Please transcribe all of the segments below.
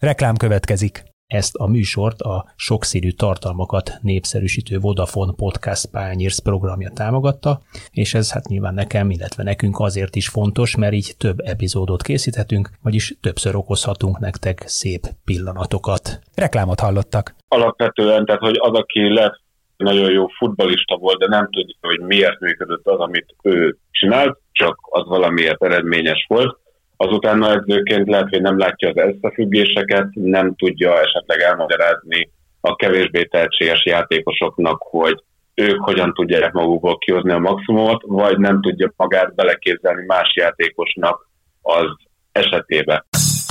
Reklám következik. Ezt a műsort a sokszínű tartalmakat népszerűsítő Vodafone Podcast Pioneers programja támogatta, és ez hát nyilván nekem, illetve nekünk azért is fontos, mert így több epizódot készíthetünk, vagyis többször okozhatunk nektek szép pillanatokat. Reklámot hallottak. Alapvetően, tehát hogy az, aki lett nagyon jó futballista volt, de nem tudja, hogy miért működött az, amit ő csinált, csak az valamiért eredményes volt. Azután edzőként lehet, hogy nem látja az összefüggéseket, nem tudja esetleg elmagyarázni a kevésbé tehetséges játékosoknak, hogy ők hogyan tudják magukból kihozni a maximumot, vagy nem tudja magát beleképzelni más játékosnak az esetébe.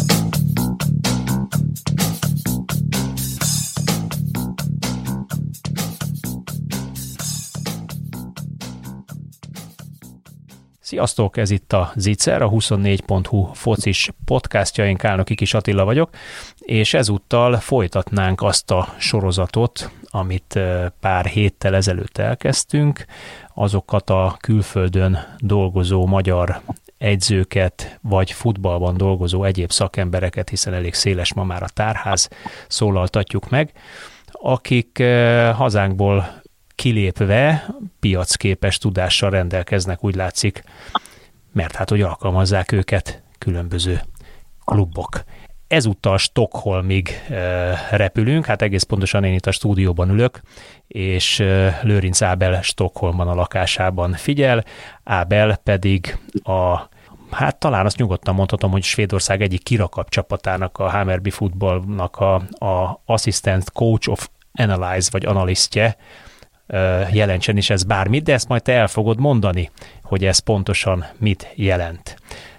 Sziasztok, ez itt a Zicser, a 24.hu focis podcastja, én Kálnoki Kis Attila vagyok, és ezúttal folytatnánk azt a sorozatot, amit pár héttel ezelőtt elkezdtünk, azokat a külföldön dolgozó magyar edzőket, vagy futballban dolgozó egyéb szakembereket, hiszen elég széles ma már a tárház, szólaltatjuk meg, akik hazánkból kilépve piacképes tudással rendelkeznek, úgy látszik, mert hát, hogy alkalmazzák őket különböző klubok. Ezúttal Stockholmig repülünk, hát egész pontosan én itt a stúdióban ülök, és Lőrinc Ábel Stockholmban a lakásában figyel, Ábel pedig hát talán azt nyugodtan mondhatom, hogy Svédország egyik kirakabb csapatának, a Hammarby Futballnak a assistant coach of analyze, vagy analisztje, jelentsen is ez bármit, de ezt majd te el fogod mondani, hogy ez pontosan mit jelent.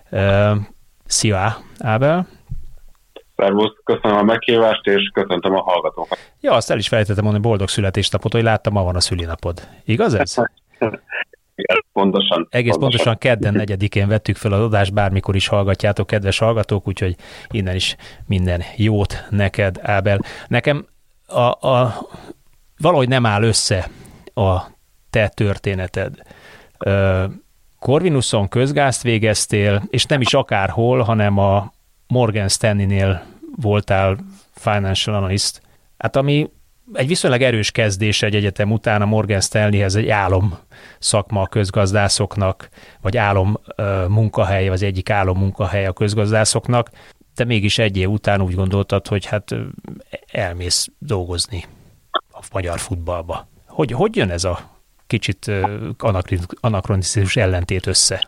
Szia, Ábel! Szervusz, köszönöm a meghívást, és köszöntöm a hallgatókat. Ja, azt el is felejtettem mondani, boldog születésnapot, hogy láttam, ma van a szülinapod. Igaz ez? Pontosan. Egész pontosan kedden 4-én vettük fel az adást, bármikor is hallgatjátok, kedves hallgatók, úgyhogy innen is minden jót neked, Ábel. Nekem valahogy nem áll össze a te történeted. Corvinuson közgázt végeztél, és nem is akárhol, hanem a Morgan Stanley-nél voltál financial analyst. Hát ami egy viszonylag erős kezdés egy egyetem után, a Morgan Stanleyhez egy álom szakma a közgazdászoknak, vagy álom munkahely, vagy egyik álom munkahely a közgazdászoknak, de mégis egy év után úgy gondoltad, hogy hát elmész dolgozni a magyar futballba. Hogy jön ez a kicsit anakronisztikus ellentét össze?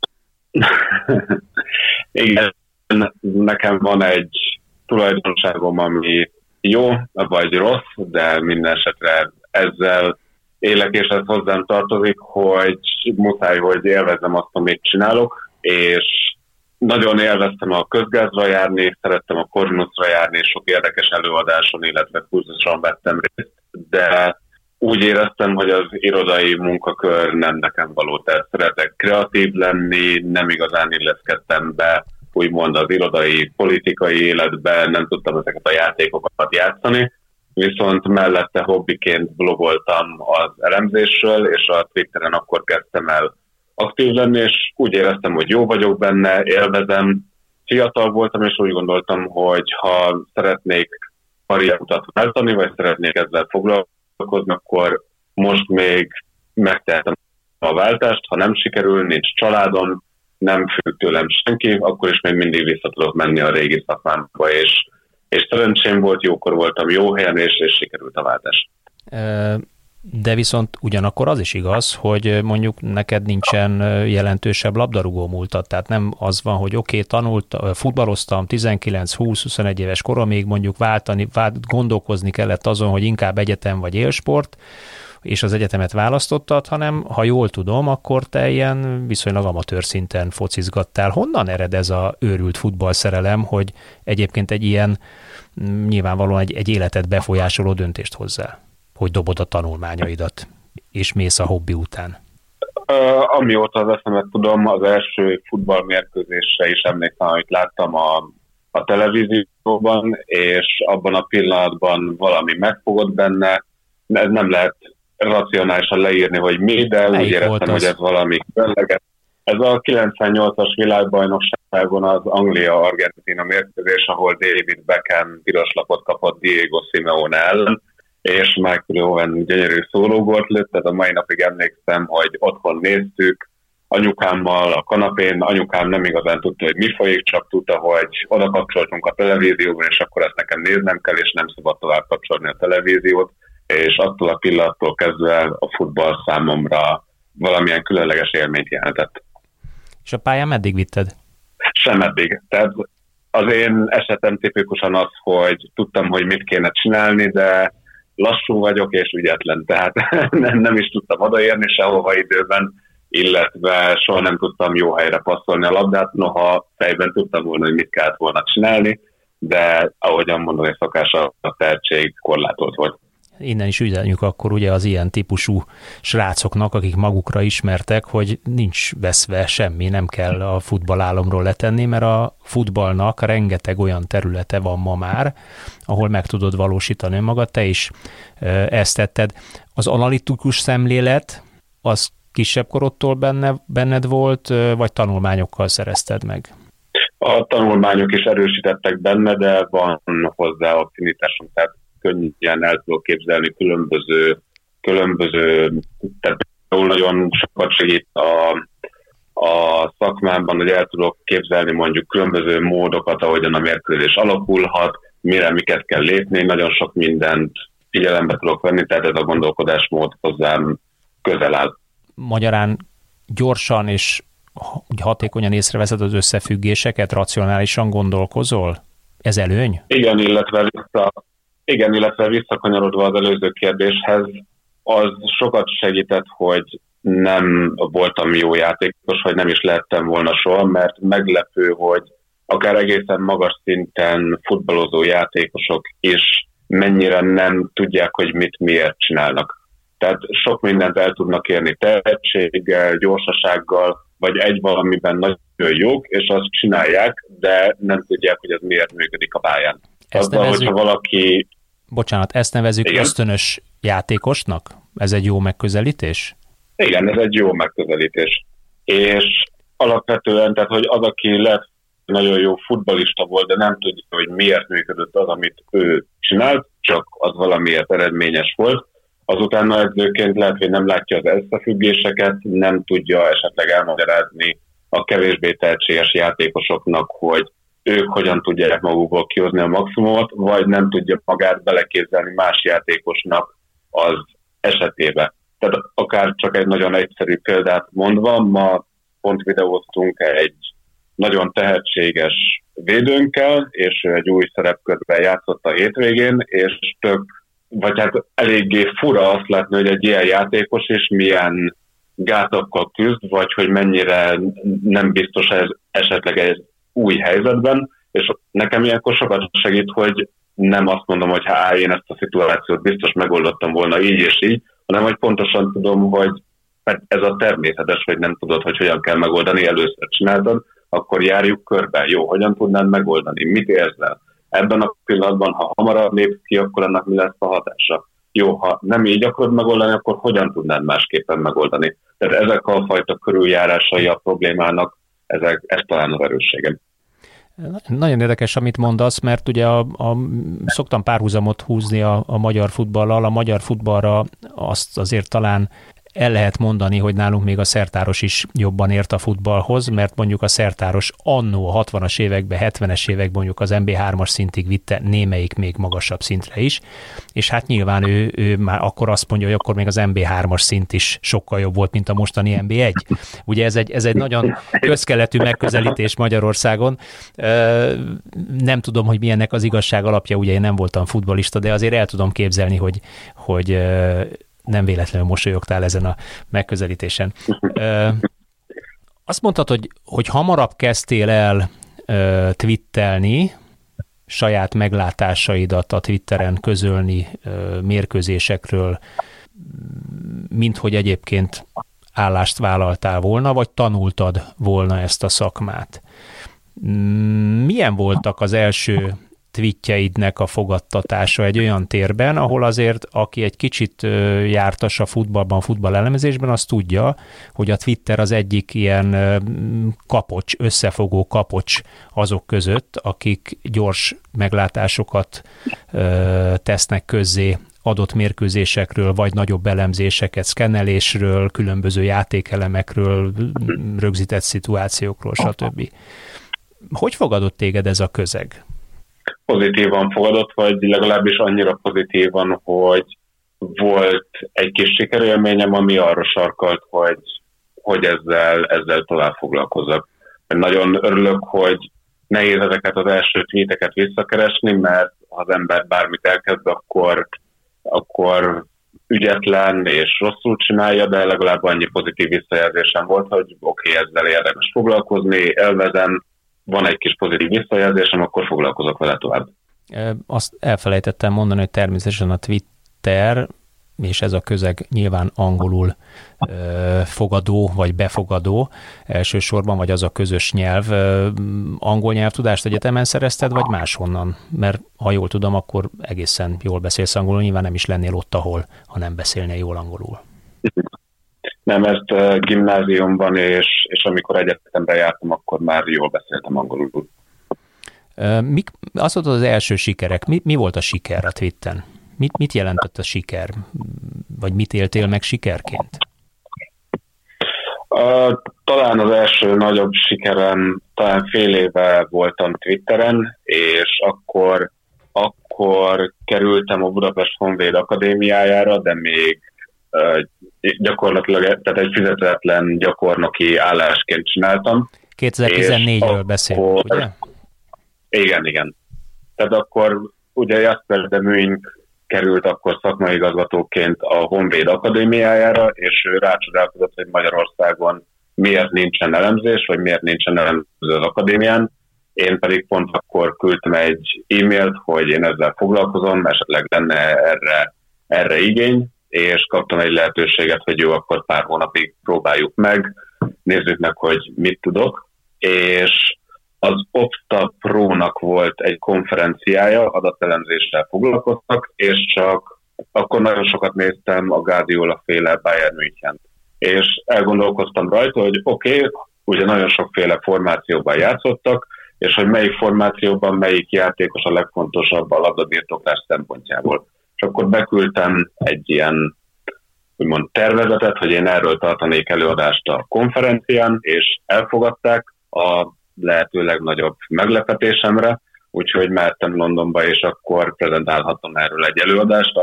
Igen, nekem van egy tulajdonságom, ami jó vagy rossz, de minden esetre ezzel élek, és ez hozzám tartozik, hogy muszáj, hogy élvezzem azt, amit csinálok, és nagyon élveztem a közgázra járni, szerettem a Corvinusra járni, és sok érdekes előadáson, illetve kurzuson vettem részt, de úgy éreztem, hogy az irodai munkakör nem nekem való, tehát szeretek kreatív lenni, nem igazán illeszkedtem be, úgymond az irodai, politikai életbe, nem tudtam ezeket a játékokat játszani, viszont mellette hobbiként blogoltam az elemzésről, és a Twitteren akkor kezdtem el aktív lenni, és úgy éreztem, hogy jó vagyok benne, élvezem. Fiatal voltam, és úgy gondoltam, hogy ha szeretnék karrierutat váltani, vagy szeretnék ezzel foglalkozni, akkor most még megtehetem a váltást. Ha nem sikerül, nincs családom, nem függ tőlem senki, akkor is még mindig vissza tudok menni a régi szakmámba, és szerencsém volt, jókor voltam jó helyen, és sikerült a váltás. De viszont ugyanakkor az is igaz, hogy mondjuk neked nincsen jelentősebb labdarúgó múltad, tehát nem az van, hogy futballoztam 19-20-21 éves koromig, mondjuk gondolkozni kellett azon, hogy inkább egyetem vagy élsport, és az egyetemet választottad, hanem ha jól tudom, akkor te ilyen viszonylag amatőr szinten focizgattál. Honnan ered ez a őrült futballszerelem, hogy egyébként egy ilyen nyilvánvalóan egy életet befolyásoló döntést hozzál, hogy dobod a tanulmányaidat, és mész a hobbi után? Amióta az eszemet tudom, az első futballmérkőzésre is emlékszem, amit láttam a televízióban, és abban a pillanatban valami megfogott benne. Ez nem lehet racionálisan leírni, hogy mi, de úgy éreztem, hogy ez valami különleges. Ez a 98-as világbajnokságon az Anglia-Argentína mérkőzés, ahol David Beckham piros lapot kapott Diego Simeone ellen, és Michael Owen gyönyörű szólógolt lőtt, tehát a mai napig emlékszem, hogy otthon néztük, anyukámmal a kanapén, anyukám nem igazán tudta, hogy mi folyik, csak tudta, hogy oda kapcsoltunk a televízióban, és akkor ezt nekem néznem kell, és nem szabad tovább kapcsolni a televíziót, és attól a pillanattól kezdve a futball számomra valamilyen különleges élményt jelentett. És a pályán meddig vitted? Sem eddig. Tehát az én esetem tipikusan az, hogy tudtam, hogy mit kéne csinálni, de lassú vagyok és ügyetlen, tehát nem is tudtam odaérni sehova időben, illetve soha nem tudtam jó helyre passzolni a labdát, noha fejben tudtam volna, hogy mit kellett volna csinálni, de ahogyan mondani szokás, a tehetség korlátolt volt. Innen is üzenjük akkor ugye az ilyen típusú srácoknak, akik magukra ismertek, hogy nincs veszve semmi, nem kell a futballálomról letenni, mert a futballnak rengeteg olyan területe van ma már, ahol meg tudod valósítani magad, te is ezt tetted. Az analitikus szemlélet, az kisebb korodtól benned volt, vagy tanulmányokkal szerezted meg? A tanulmányok is erősítettek benne, de van hozzá affinitásom, tehát könnyen el tudok képzelni különböző tehát nagyon sokat segít a szakmámban, hogy el tudok képzelni mondjuk különböző módokat, ahogyan a mérkőzés alakulhat, mire miket kell lépni, nagyon sok mindent figyelembe tudok venni, tehát ez a gondolkodásmód hozzám közel áll. Magyarán gyorsan és hatékonyan észreveszed az összefüggéseket, racionálisan gondolkozol? Ez előny? Igen, illetve visszakanyarodva az előző kérdéshez, az sokat segített, hogy nem voltam jó játékos, vagy nem is lehettem volna soha, mert meglepő, hogy akár egészen magas szinten futballozó játékosok is mennyire nem tudják, hogy mit miért csinálnak. Tehát sok mindent el tudnak érni tehetséggel, gyorsasággal, vagy egy valamiben nagyon jók, és azt csinálják, de nem tudják, hogy ez miért működik a pályán. Azzal, hogyha valaki... Bocsánat, ezt nevezzük ösztönös játékosnak? Ez egy jó megközelítés? Igen, ez egy jó megközelítés. És alapvetően, tehát, hogy az, aki lehet nagyon jó futballista volt, de nem tudja, hogy miért működött az, amit ő csinált, csak az valamiért eredményes volt, azután edzőként lehet, hogy nem látja az összefüggéseket, nem tudja esetleg elmagyarázni a kevésbé tehetséges játékosoknak, hogy ők hogyan tudják magukból kihozni a maximumot, vagy nem tudja magát beleképzelni más játékosnak az esetébe. Tehát akár csak egy nagyon egyszerű példát mondva, ma pont videóztunk egy nagyon tehetséges védőnkkel, és egy új szerepkörben játszott a hétvégén, és vagy hát eléggé fura azt látni, hogy egy ilyen játékos is milyen gátakkal küzd, vagy hogy mennyire nem biztos ez esetleg egy új helyzetben, és nekem ilyenkor sokat segít, hogy nem azt mondom, hogy én ezt a szituációt biztos megoldottam volna így és így, hanem hogy pontosan tudom, hogy ez a természetes, hogy nem tudod, hogy hogyan kell megoldani, először csináltad, akkor járjuk körbe. Jó, hogyan tudnád megoldani? Mit érzel? Ebben a pillanatban, ha hamarabb lépsz ki, akkor annak mi lesz a hatása? Jó, ha nem így akarod megoldani, akkor hogyan tudnád másképpen megoldani? Tehát ezek a fajta körüljárásai a problémának, ez talán az erősségem. Nagyon érdekes, amit mondasz, mert ugye szoktam párhuzamot húzni a magyar futballal. A magyar futballra azt azért talán el lehet mondani, hogy nálunk még a szertáros is jobban ért a futballhoz, mert mondjuk a szertáros annó a 60-as években, 70-es években mondjuk az NB3-as szintig vitte, némelyik még magasabb szintre is, és hát nyilván ő már akkor azt mondja, hogy akkor még az NB3-as szint is sokkal jobb volt, mint a mostani NB1. Ugye ez egy nagyon közkeletű megközelítés Magyarországon. Nem tudom, hogy milyennek az igazság alapja, ugye én nem voltam futballista, de azért el tudom képzelni, hogy nem véletlenül mosolyogtál ezen a megközelítésen. Azt mondtad, hogy hamarabb kezdtél el twittelni, saját meglátásaidat a Twitteren közölni mérkőzésekről, mint hogy egyébként állást vállaltál volna, vagy tanultad volna ezt a szakmát. Milyen voltak az első tweetjeidnek a fogadtatása egy olyan térben, ahol azért, aki egy kicsit jártas a futballban, futballelemezésben, az tudja, hogy a Twitter az egyik ilyen kapocs, összefogó kapocs azok között, akik gyors meglátásokat tesznek közzé adott mérkőzésekről, vagy nagyobb elemzéseket, szkennelésről, különböző játékelemekről, rögzített szituációkról, stb. Hogy fogadott téged ez a közeg? Pozitívan fogadott, vagy legalábbis annyira pozitívan, hogy volt egy kis sikerélményem, ami arra sarkalt, hogy ezzel tovább foglalkozzak. Nagyon örülök, hogy nehéz ezeket az első tweeteket visszakeresni, mert ha az ember bármit elkezd, akkor ügyetlen és rosszul csinálja, de legalább annyi pozitív visszajelzésem volt, hogy oké, ezzel érdemes foglalkozni, élvezem, van egy kis pozitív visszajelzésem, akkor foglalkozok vele tovább. Azt elfelejtettem mondani, hogy természetesen a Twitter, és ez a közeg nyilván angolul fogadó vagy befogadó elsősorban, vagy az a közös nyelv. Angol nyelvtudást egyetemen szerezted, vagy máshonnan? Mert ha jól tudom, akkor egészen jól beszélsz angolul, nyilván nem is lennél ott, ahol, ha nem beszélnél jól angolul. Nem, ezt gimnáziumban, és amikor egyetemre jártam, akkor már jól beszéltem angolul. Azt mondtad, az első sikerek. Mi volt a siker a Twitteren? Mit jelentett a siker? Vagy mit éltél meg sikerként? Talán az első nagyobb sikerem, talán fél éve voltam Twitteren, és akkor kerültem a Budapest Honvéd Akadémiájára, de még gyakorlatilag, tehát egy fizetetlen gyakornoki állásként csináltam. 2014-ről beszélünk, ugye? Igen. Tehát akkor ugye Jasper de Műink került akkor szakmai igazgatóként a Honvéd Akadémiájára, és ő rácsodálkozott, hogy Magyarországon miért nincsen elemzés, vagy miért nincsen elemzés az akadémián. Én pedig pont akkor küldtem egy e-mailt, hogy én ezzel foglalkozom, esetleg lenne erre igény, és kaptam egy lehetőséget, hogy jó, akkor pár hónapig próbáljuk meg, nézzük meg, hogy mit tudok, és az Opta Pro-nak volt egy konferenciája, adatelemzéssel foglalkoztak, és csak akkor nagyon sokat néztem a Guardiola féle Bayern München. És elgondolkoztam rajta, hogy oké, ugye nagyon sokféle formációban játszottak, és hogy melyik formációban melyik játékos a legfontosabb a labdabirtoklás szempontjából. És akkor beküldtem egy ilyen úgymond tervezetet, hogy én erről tartanék előadást a konferencián, és elfogadták a lehető legnagyobb meglepetésemre, úgyhogy mehettem Londonba, és akkor prezentálhattam erről egy előadást,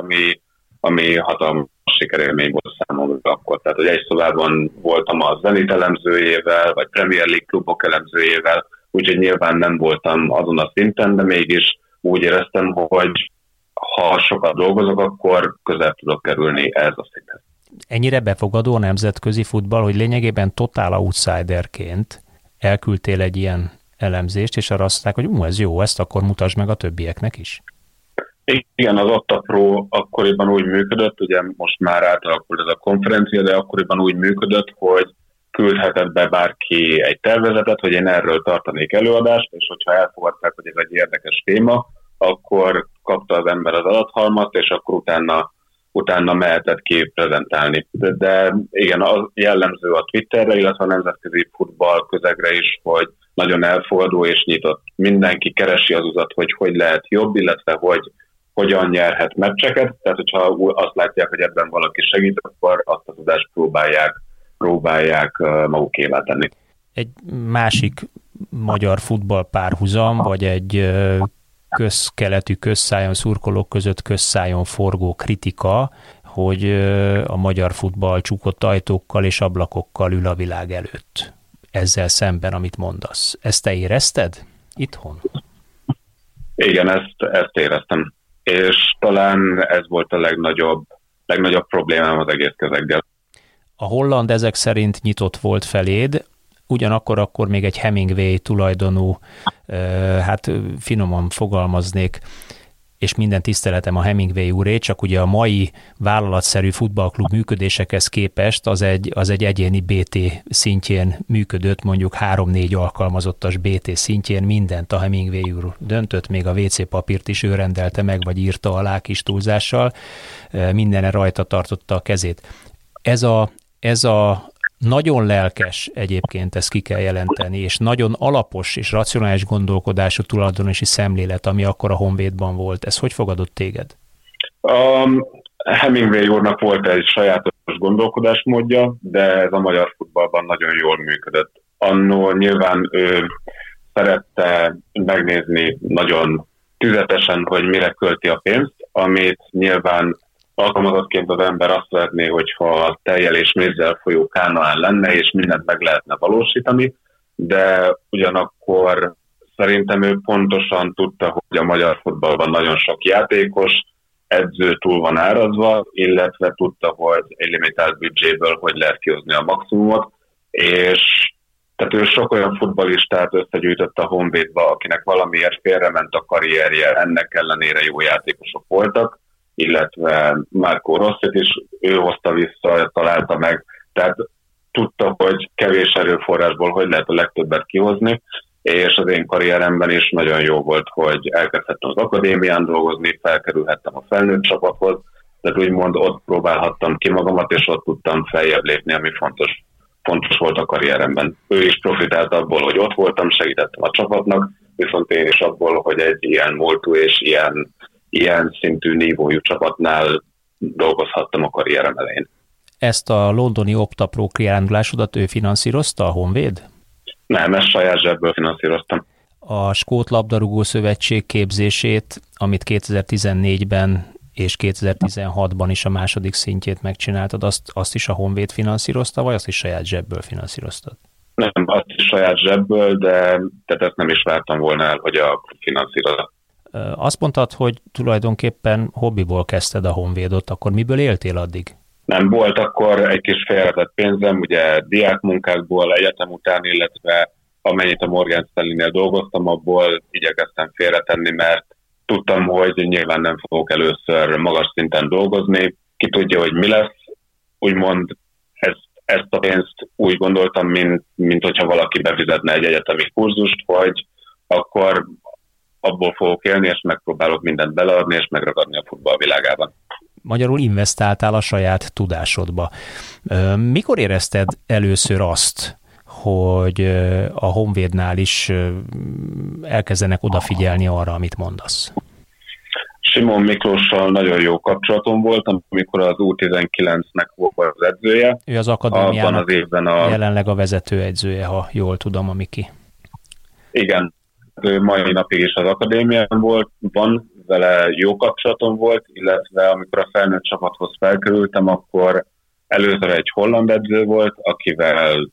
ami hatalmas sikerélmény volt számomra akkor. Tehát, hogy egy szobában voltam a Zenit elemzőjével, vagy Premier League klubok elemzőjével, úgyhogy nyilván nem voltam azon a szinten, de mégis úgy éreztem, hogy ha sokat dolgozok, akkor közel tudok kerülni ehhez a szinthez. Ennyire befogadó a nemzetközi futball, hogy lényegében totál outsiderként elküldtél egy ilyen elemzést, és arra azt mondták, hogy ez jó, ezt akkor mutasd meg a többieknek is. Igen, az Opta Pro akkoriban úgy működött, ugye most már átalakult ez a konferencia, de akkoriban úgy működött, hogy küldhetett be bárki egy tervezetet, hogy én erről tartanék előadást, és hogyha elfogadták, hogy ez egy érdekes téma, akkor kapta az ember az adathalmazt, és akkor utána mehetett ki prezentálni. De igen, az jellemző a Twitterre, illetve a nemzetközi futball közegre is, hogy nagyon elfogadó és nyitott. Mindenki keresi az utat, hogy lehet jobb, illetve hogy hogyan nyerhet meccseket. Tehát, hogyha azt látják, hogy ebben valaki segít, akkor azt az tudást próbálják magukévá tenni. Egy másik magyar futball párhuzam, vagy egy közkeletű, közszájon szurkolók között közszájon forgó kritika, hogy a magyar futball csukott ajtókkal és ablakokkal ül a világ előtt. Ezzel szemben, amit mondasz. Ezt te érezted itthon? Igen, ezt éreztem. És talán ez volt a legnagyobb problémám az egész közeggel. A holland ezek szerint nyitott volt feléd, ugyanakkor akkor még egy Hemingway tulajdonú, hát finoman fogalmaznék, és minden tiszteletem a Hemingway úré, csak ugye a mai vállalatszerű futballklub működésekhez képest az egy egyéni BT szintjén működött, mondjuk 3-4 alkalmazottas BT szintjén mindent a Hemingway úr döntött, még a WC papírt is ő rendelte meg, vagy írta alá kis túlzással, mindenre rajta tartotta a kezét. Ez a nagyon lelkes egyébként, ezt ki kell jelenteni, és nagyon alapos és racionális gondolkodású tulajdonosi szemlélet, ami akkor a Honvédban volt. Ez hogy fogadott téged? Hemingway úrnak volt egy sajátos gondolkodásmódja, de ez a magyar futballban nagyon jól működött. Annó nyilván ő szerette megnézni nagyon tüzetesen, hogy mire költi a pénzt, amit nyilván alkalmazottként az ember azt szeretné, hogyha tejjel és mézzel folyó Kánaán lenne, és mindent meg lehetne valósítani, de ugyanakkor szerintem ő pontosan tudta, hogy a magyar futballban nagyon sok játékos, edző túl van árazva, illetve tudta, hogy egy limitált büdzséből hogy lehet kihozni a maximumot, és tehát ő sok olyan futballistát összegyűjtött a Honvédba, akinek valamiért félrement a karrierje, ennek ellenére jó játékosok voltak, illetve Marco Rossit is ő hozta vissza, találta meg, tehát tudta, hogy kevés erőforrásból hogy lehet a legtöbbet kihozni, és az én karrieremben is nagyon jó volt, hogy elkezdhettem az akadémián dolgozni, felkerülhettem a felnőtt csapathoz, tehát úgymond ott próbálhattam ki magamat, és ott tudtam feljebb lépni, ami fontos volt a karrieremben. Ő is profitált abból, hogy ott voltam, segítettem a csapatnak, viszont én is abból, hogy egy ilyen múltú és ilyen szintű nívójú csapatnál dolgozhattam a karrierem elején. Ezt a londoni Opta Pro kirándulásodat ő finanszírozta, a Honvéd? Nem, ezt saját zsebből finanszíroztam. A Skót Labdarúgó Szövetség képzését, amit 2014-ben és 2016-ban is a második szintjét megcsináltad, azt is a Honvéd finanszírozta, vagy azt is saját zsebből finanszíroztad? Nem, azt is saját zsebből, de ezt nem is vártam volna el, hogy a finanszírozat. Azt mondtad, hogy tulajdonképpen hobbiból kezdted a Honvédot, akkor miből éltél addig? Nem volt akkor egy kis félretett pénzem, ugye diákmunkákból, egyetem után, illetve amennyit a Morgan Stanley-nél dolgoztam, abból igyekeztem félretenni, mert tudtam, hogy nyilván nem fogok először magas szinten dolgozni. Ki tudja, hogy mi lesz. Úgymond ezt a pénzt úgy gondoltam, mint hogyha valaki befizetne egy egyetemi kurzust, hogy akkor abból fogok élni, és megpróbálok mindent beleadni, és megragadni a futball világában. Magyarul investáltál a saját tudásodba. Mikor érezted először azt, hogy a Honvédnál is elkezdenek odafigyelni arra, amit mondasz? Simon Miklóssal nagyon jó kapcsolatom volt, amikor az U19-nek volt az edzője. Ő az akadémiának jelenleg a vezetőedzője, ha jól tudom, a Miki. Igen, ő mai napig is az akadémián van, vele jó kapcsolatom volt, illetve amikor a felnőtt csapathoz felkerültem, akkor először egy holland edző volt, akivel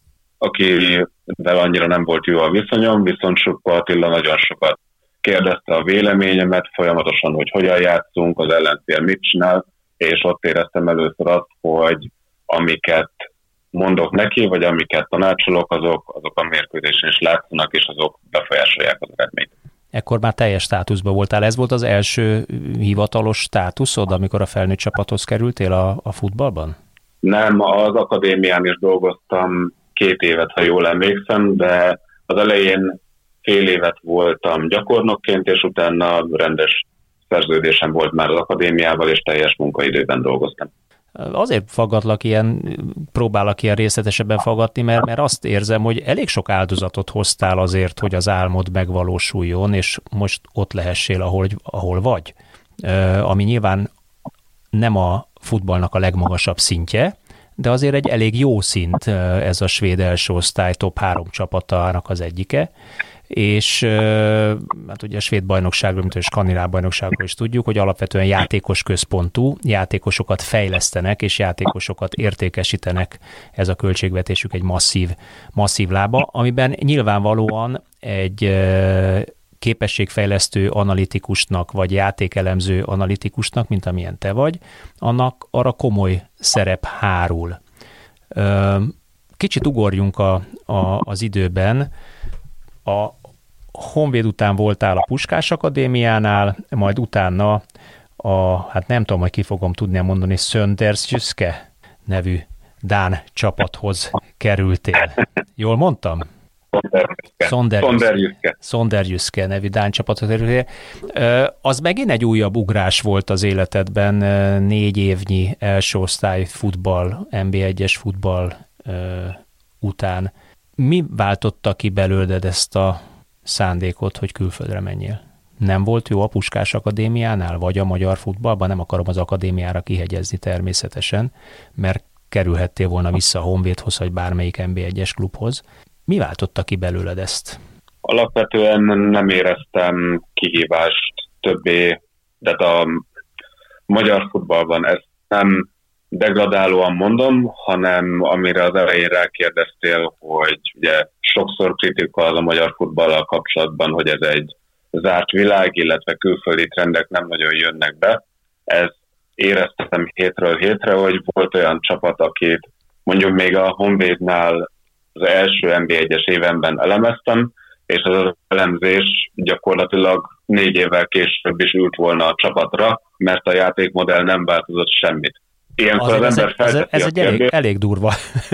annyira nem volt jó a viszonyom, viszont Suppa Attila nagyon sokat kérdezte a véleményemet, folyamatosan, hogy hogyan játszunk, az ellenfél mit csinál, és ott éreztem először azt, hogy amiket mondok neki, vagy amiket tanácsolok, azok a mérkőzésen is látszanak, és azok befolyásolják az eredményt. Ekkor már teljes státuszban voltál. Ez volt az első hivatalos státuszod, amikor a felnőtt csapathoz kerültél a futballban? Nem, az akadémián is dolgoztam 2 évet, ha jól emlékszem, de az elején fél évet voltam gyakornokként, és utána rendes szerződésem volt már az akadémiával, és teljes munkaidőben dolgoztam. Azért próbálok ilyen részletesebben faggatni, mert azt érzem, hogy elég sok áldozatot hoztál azért, hogy az álmod megvalósuljon, és most ott lehessél, ahol vagy. Ami nyilván nem a futballnak a legmagasabb szintje, de azért egy elég jó szint ez a svéd első osztály top 3 csapatának az egyike, és hát ugye a svéd bajnokságról, mint a skandináv bajnokságról is tudjuk, hogy alapvetően játékos központú, játékosokat fejlesztenek, és játékosokat értékesítenek, ez a költségvetésük egy masszív lába, amiben nyilvánvalóan egy képességfejlesztő analitikusnak, vagy játékelemző analitikusnak, mint amilyen te vagy, annak arra komoly szerep hárul. Kicsit ugorjunk az időben. Honvéd után voltál a Puskás Akadémiánál, majd utána hát nem tudom, hogy ki fogom tudni mondani, Söndersjyske nevű dán csapathoz kerültél. Jól mondtam? Sonderjyske nevű dán csapathoz kerültél. Az megint egy újabb ugrás volt az életedben, 4 évnyi első osztály futball, NB1-es futball után. Mi váltotta ki belőled ezt a szándékot, hogy külföldre menjél? Nem volt jó a Puskás Akadémiánál, vagy a magyar futballban? Nem akarom az akadémiára kihegyezni természetesen, mert kerülhettél volna vissza a Honvédhoz, vagy bármelyik NB1-es klubhoz. Mi váltotta ki belőled ezt? Alapvetően nem éreztem kihívást többé, de a magyar futballban ezt nem degradálóan mondom, hanem amire az elején rákérdeztél, hogy ugye sokszor kritika az a magyar futballal kapcsolatban, hogy ez egy zárt világ, illetve külföldi trendek nem nagyon jönnek be. Ez éreztem hétről hétre, hogy volt olyan csapat, akit mondjuk még a Honvédnál az első NB1-es évemben elemeztem, és az elemzés gyakorlatilag 4 évvel később is ült volna a csapatra, mert a játékmodell nem változott semmit. Ilyenkor az ember ez egy elég durva.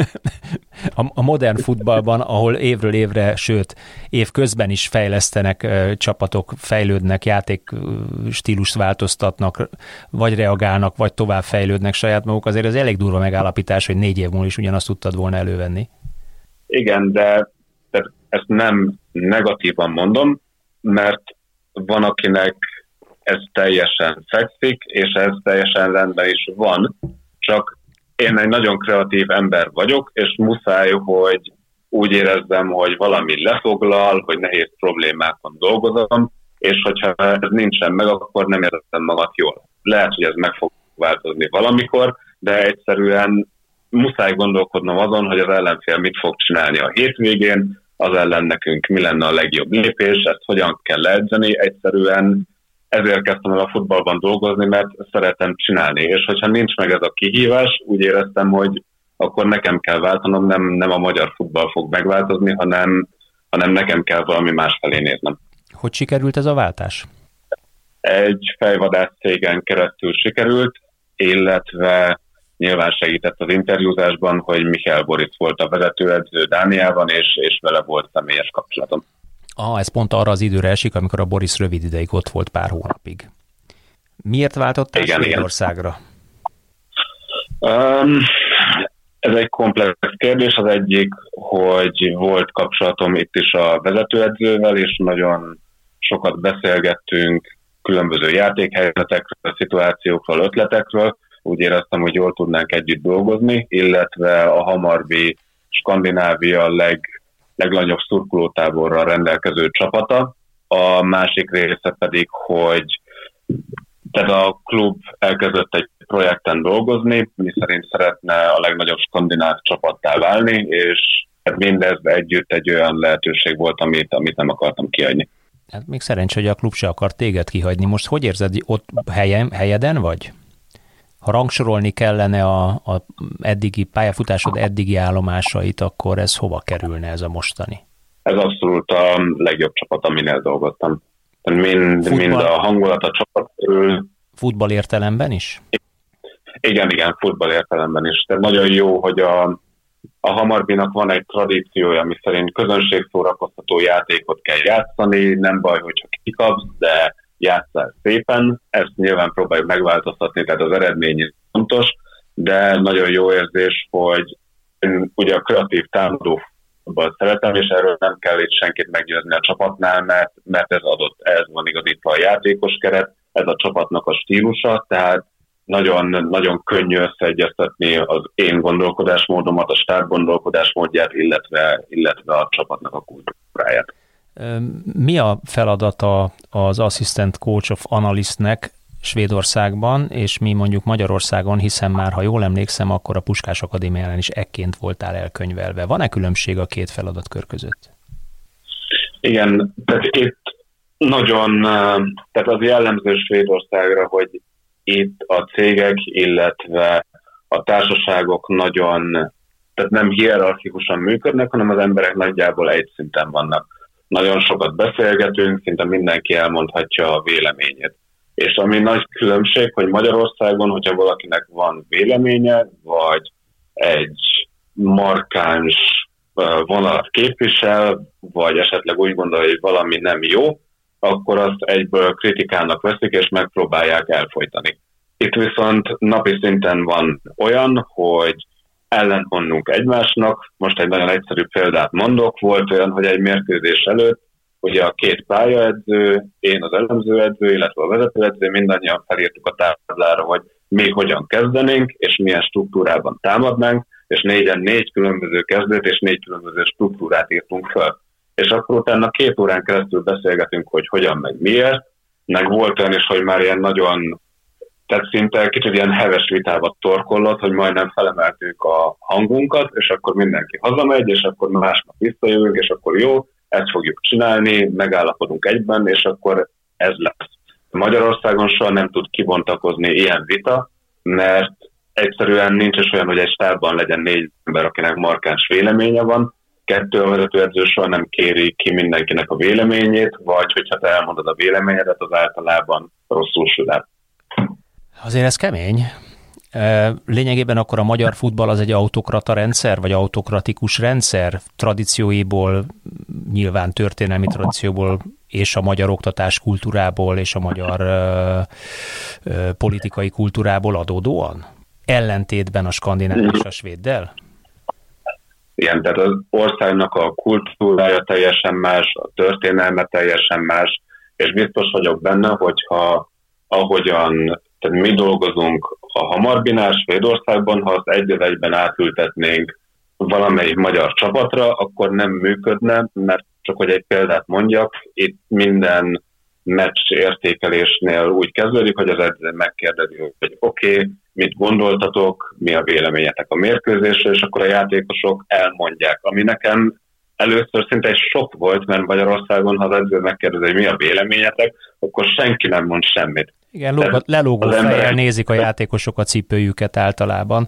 A modern futballban, ahol évről évre, sőt, év közben is fejlesztenek csapatok, fejlődnek, játék stílust változtatnak, vagy reagálnak, vagy tovább fejlődnek saját maguk, azért ez elég durva megállapítás, hogy 4 év múlva is ugyanazt tudtad volna elővenni. Igen, de ezt nem negatívan mondom, mert van, akinek ez teljesen fekszik, és ez teljesen rendben is van, csak én egy nagyon kreatív ember vagyok, és muszáj, hogy úgy érezzem, hogy valami lefoglal, hogy nehéz problémákon dolgozom, és hogyha ez nincsen meg, akkor nem érzem magad jól. Lehet, hogy ez meg fog változni valamikor, de egyszerűen muszáj gondolkodnom azon, hogy az ellenfél mit fog csinálni a hétvégén, az ellen nekünk mi lenne a legjobb lépés, ezt hogyan kell edzeni, egyszerűen ezért kezdtem el a futballban dolgozni, mert szeretem csinálni, és hogyha nincs meg ez a kihívás, úgy éreztem, hogy akkor nekem kell váltanom, nem a magyar futball fog megváltozni, hanem nekem kell valami más felé néznem. Hogy sikerült ez a váltás? Egy fejvadász cégen keresztül sikerült, illetve nyilván segített az interjúzásban, hogy Michael Boris volt a vezetőedző Dániában, és vele volt személyes kapcsolatom. Ez pont arra az időre esik, amikor a Boris rövid ideig ott volt, pár hónapig. Miért váltottál Svédországra? Ez egy komplex kérdés. Az egyik, hogy volt kapcsolatom itt is a vezetőedzővel, és nagyon sokat beszélgettünk különböző játékhelyzetekről, szituációkról, ötletekről. Úgy éreztem, hogy jól tudnánk együtt dolgozni, illetve a Hammarby Skandinávia legnagyobb szurkolótáborral rendelkező csapata. A másik része pedig, hogy tehát a klub elkezdett egy projekten dolgozni, mi szerint szeretne a legnagyobb skandináv csapattá válni, és mindez együtt egy olyan lehetőség volt, amit nem akartam kihagyni. Hát még szerencsé, hogy a klub se akar téged kihagyni. Most hogy érzed, ott helyeden vagy? Ha rangsorolni kellene a eddigi pályafutásod eddigi állomásait, akkor ez hova kerülne ez a mostani? Ez abszolút a legjobb csapat, aminél dolgoztam. Mind a hangulat a csapat körül. Futball értelemben is? Igen, futball értelemben is. Tehát nagyon jó, hogy a Hammarbynak van egy tradíciója, ami szerint közönségszórakoztató játékot kell játszani, nem baj, hogyha kikapsz, de játsszál szépen. Ezt nyilván próbáljuk megváltoztatni, tehát az eredmény fontos, de nagyon jó érzés, hogy én ugye a kreatív támadó futballt szeretem, és erről nem kell itt senkit meggyőzni a csapatnál, mert ez adott, ez van igazítva a játékos keret, ez a csapatnak a stílusa, tehát nagyon, nagyon könnyű összeegyeztetni az én gondolkodásmódomat, a stáb gondolkodásmódját, illetve a csapatnak a kultúráját. Mi a feladata az Assistant Coach of Analystnek Svédországban, és mi mondjuk Magyarországon, hiszen már, ha jól emlékszem, akkor a Puskás Akadémiánál is ekként voltál elkönyvelve. Van-e különbség a két feladatkör között? Igen, tehát itt nagyon, tehát az jellemző Svédországra, hogy itt a cégek, illetve a társaságok nagyon, tehát nem hierarchikusan működnek, hanem az emberek nagyjából egy szinten vannak. nagyon sokat beszélgetünk, szinte mindenki elmondhatja a véleményét. És ami nagy különbség, hogy Magyarországon, hogyha valakinek van véleménye, vagy egy markáns vonalat képvisel, vagy esetleg úgy gondolja, hogy valami nem jó, akkor azt egyből kritikának veszik, és megpróbálják elfojtani. Itt viszont napi szinten van olyan, hogy ellentmondunk egymásnak. Most egy nagyon egyszerű példát mondok. Volt olyan, hogy egy mérkőzés előtt ugye a két pályaedző, én az elemzőedző, illetve a vezetőedző, mindannyian felírtuk a táblára, hogy mi hogyan kezdenénk, és milyen struktúrában támadnánk, és 4 különböző kezdőt és 4 különböző struktúrát írtunk fel. És akkor utána 2 órán keresztül beszélgetünk, hogy hogyan, meg miért, meg volt olyan is, hogy már ilyen nagyon, tehát szinte kicsit ilyen heves vitába torkollott, hogy majdnem felemeltük a hangunkat, és akkor mindenki hazamegy, és akkor másnap visszajövünk, és akkor jó, ezt fogjuk csinálni, megállapodunk egyben, és akkor ez lesz. Magyarországon soha nem tud kibontakozni ilyen vita, mert egyszerűen nincs is olyan, hogy egy stábban legyen 4 ember, akinek markáns véleménye van, 2 a vezetőedző soha nem kéri ki mindenkinek a véleményét, vagy hogyha te elmondod a véleményedet, az általában rosszul sül el. Azért ez kemény. Lényegében akkor a magyar futball az egy autokrata rendszer, vagy autokratikus rendszer, tradícióiból, nyilván történelmi tradícióból, és a magyar oktatás kultúrából, és a magyar politikai kultúrából adódóan? Ellentétben a skandináv és a svéddel? Igen, tehát az országnak a kultúrája teljesen más, a történelme teljesen más, és biztos vagyok benne, hogyha ahogyan tehát mi dolgozunk a Hamarbinál, Svédországban, ha azt egyben átültetnénk valamelyik magyar csapatra, akkor nem működne, mert csak hogy egy példát mondjak, itt minden meccs értékelésnél úgy kezdődik, hogy az edző megkérdezi, hogy oké, mit gondoltatok, mi a véleményetek a mérkőzésről, és akkor a játékosok elmondják. Ami nekem először szinte egy sok volt, mert Magyarországon, ha az edző megkérdezi, hogy mi a véleményetek, akkor senki nem mond semmit. Igen, lelógó fejjel nézik a játékosok a cipőjüket általában.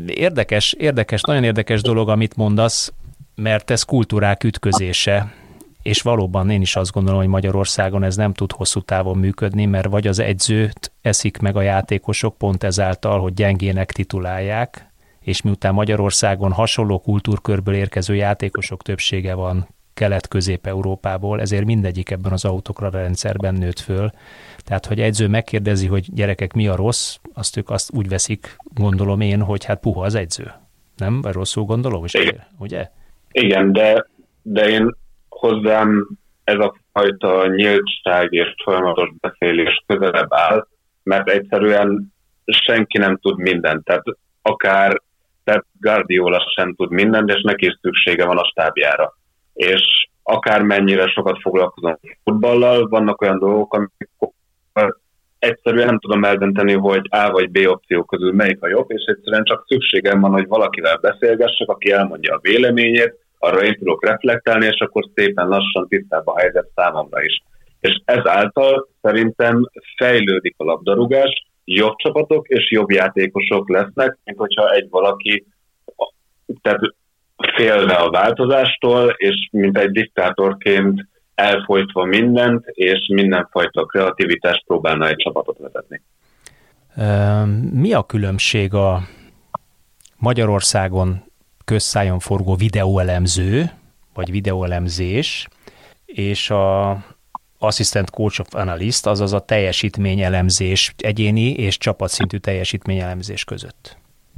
Nagyon érdekes dolog, amit mondasz, mert ez kultúrák ütközése, és valóban én is azt gondolom, hogy Magyarországon ez nem tud hosszú távon működni, mert vagy az edzőt eszik meg a játékosok pont ezáltal, hogy gyengének titulálják, és miután Magyarországon hasonló kultúrkörből érkező játékosok többsége van Kelet-Közép-Európából, ezért mindegyik ebben az autokrata rendszerben nőtt föl. Tehát, hogy edző megkérdezi, hogy gyerekek, mi a rossz, ők azt úgy veszik, gondolom én, hogy hát puha az edző. Nem? Vagy rosszul gondolom is, ugye? Igen, de én hozzám ez a fajta nyíltság és folyamatos beszélés közelebb áll, mert egyszerűen senki nem tud mindent. Tehát akár Pep Guardiola sem tud mindent, és neki is szüksége van a stábjára. És akármennyire sokat foglalkozom futballal, vannak olyan dolgok, amikor egyszerűen nem tudom eldönteni, hogy A vagy B opció közül melyik a jobb, és egyszerűen csak szükségem van, hogy valakivel beszélgessek, aki elmondja a véleményét, arra én tudok reflektálni, és akkor szépen lassan tisztább a helyzet számomra is. És ezáltal szerintem fejlődik a labdarúgás, jobb csapatok és jobb játékosok lesznek, mint hogyha egy valaki tehát félve a változástól, és mint egy diktátorként elfolytva mindent, és mindenfajta kreativitást próbálna egy csapatot vezetni. Mi a különbség a Magyarországon közszájon forgó videóelemző, vagy videóelemzés, és a Assistant Coach of Analyst, azaz a teljesítményelemzés, egyéni és csapatszintű teljesítményelemzés között?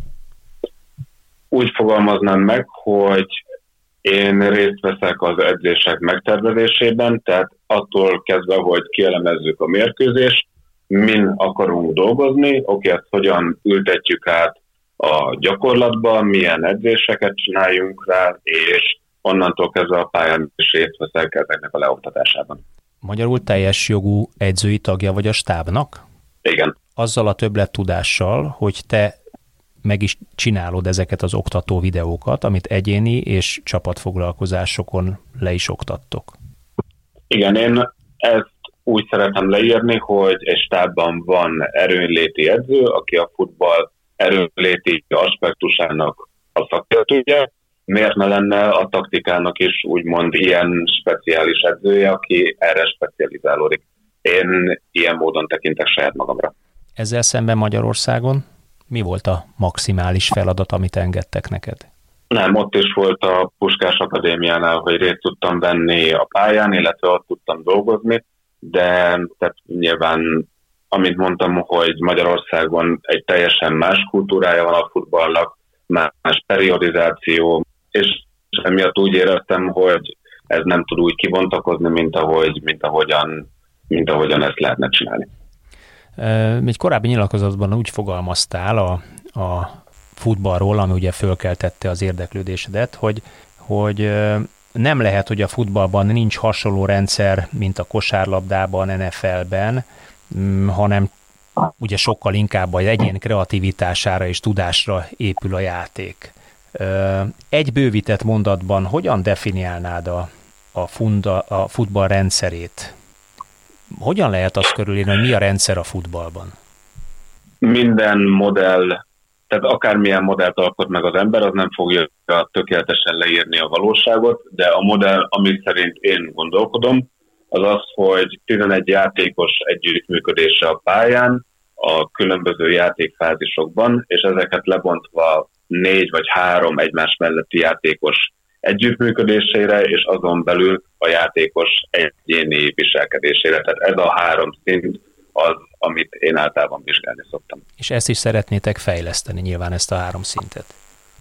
Úgy fogalmaznám meg, hogy én részt veszek az edzések megtervezésében, tehát attól kezdve, hogy kielemezzük a mérkőzést, min akarunk dolgozni, ezt hogyan ültetjük át a gyakorlatba, milyen edzéseket csináljunk rá, és onnantól kezdve a pályán is részt veszek ezeknek a leoktatásában. Magyarul teljes jogú edzői tagja vagy a stábnak? Igen. Azzal a többlettudással, hogy te meg is csinálod ezeket az oktató videókat, amit egyéni és csapatfoglalkozásokon le is oktattok. Igen, én ezt úgy szeretem leírni, hogy egy stábban van erőnléti edző, aki a futball erőnléti aspektusának a szakértője, miért ne lenne a taktikának is úgymond ilyen speciális edzője, aki erre specializálódik. Én ilyen módon tekintek saját magamra. Ezzel szemben Magyarországon mi volt a maximális feladat, amit engedtek neked? Nem, ott is volt a Puskás Akadémiánál, hogy részt tudtam venni a pályán, illetve ott tudtam dolgozni, de tehát nyilván, amit mondtam, hogy Magyarországon egy teljesen más kultúrája van a futballnak, más periodizáció, és emiatt úgy éreztem, hogy ez nem tud úgy kibontakozni, mint ahogyan ezt lehetne csinálni. Egy korábbi nyilatkozatban úgy fogalmaztál a futballról, ami ugye fölkeltette az érdeklődésedet, hogy nem lehet, hogy a futballban nincs hasonló rendszer, mint a kosárlabdában, NFL-ben, hanem ugye sokkal inkább az egyén kreativitására és tudásra épül a játék. Egy bővített mondatban hogyan definiálnád a futball rendszerét? Hogyan lehet azt körülírni, hogy mi a rendszer a futballban? Minden modell, tehát akármilyen modellt alkot meg az ember, az nem fogja tökéletesen leírni a valóságot, de a modell, ami szerint én gondolkodom, az az, hogy 11 játékos együttműködése a pályán, a különböző játékfázisokban, és ezeket lebontva 4 vagy 3 egymás melletti játékos együttműködésére, és azon belül a játékos egyéni viselkedésére. Tehát ez a 3 szint az, amit én általában vizsgálni szoktam. És ezt is szeretnétek fejleszteni, nyilván ezt a 3 szintet.